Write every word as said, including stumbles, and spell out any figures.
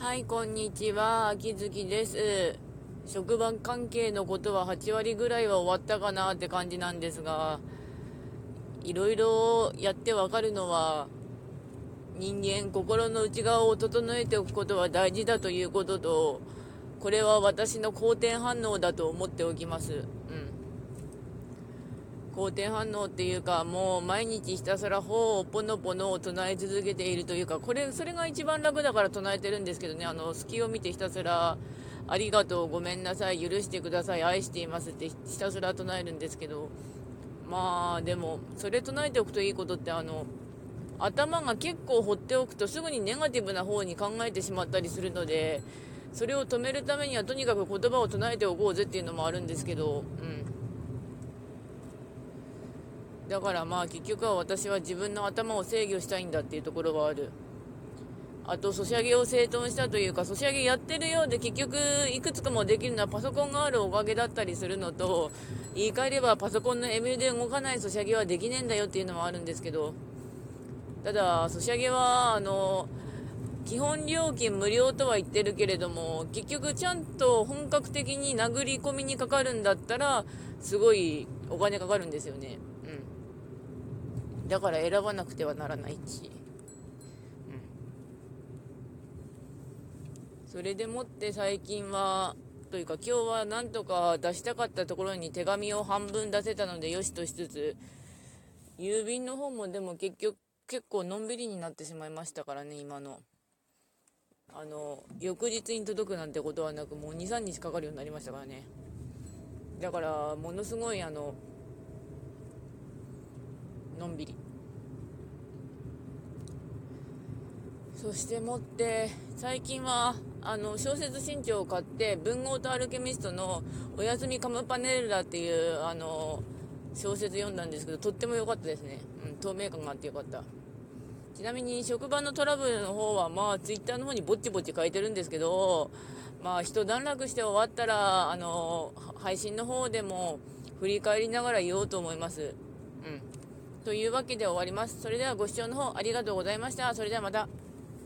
はい、こんにちは。秋月です。職場関係のことははち割ぐらいは終わったかなって感じなんですが、いろいろやってわかるのは、人間、心の内側を整えておくことは大事だということと、これは私の好転反応だと思っておきます。うん。好転反応っていうか、もう毎日ひたすらほおぽのぽのを唱え続けているというか、これそれが一番楽だから唱えてるんですけどね。あの隙を見てひたすらありがとう、ごめんなさい、許してください、愛していますってひたすら唱えるんですけど、まあでもそれ唱えておくといいことって、あの頭が結構放っておくとすぐにネガティブな方に考えてしまったりするので、それを止めるためにはとにかく言葉を唱えておこうぜっていうのもあるんですけど、うんだからまあ結局は私は自分の頭を制御したいんだっていうところはある。あとソシャゲを整頓したというか、ソシャゲやってるようで結局いくつかもできるのはパソコンがあるおかげだったりするのと、言い換えればパソコンの エムユー で動かないソシャゲはできねえんだよっていうのもあるんですけど、ただソシャゲはあの基本料金無料とは言ってるけれども、結局ちゃんと本格的に殴り込みにかかるんだったらすごいお金かかるんですよね。うんだから選ばなくてはならないし、それでもって最近はというか今日はなんとか出したかったところに手紙を半分出せたのでよしとしつつ、郵便の方もでも結局結構のんびりになってしまいましたからね。今のあの翌日に届くなんてことはなく、もうにさんにちかかるようになりましたからね。だからものすごいあののんびり。そしてもって最近はあの小説新潮を買って文豪とアルケミストのおやすみカムパネルラっていうあの小説読んだんですけど、とっても良かったですね。うん、透明感があって良かった。ちなみに職場のトラブルの方はまあツイッターの方にぼちぼち書いてるんですけど、まあ一段落して終わったらあの配信の方でも振り返りながら言おうと思います。うんというわけで終わります。それではご視聴の方ありがとうございました。それではまた。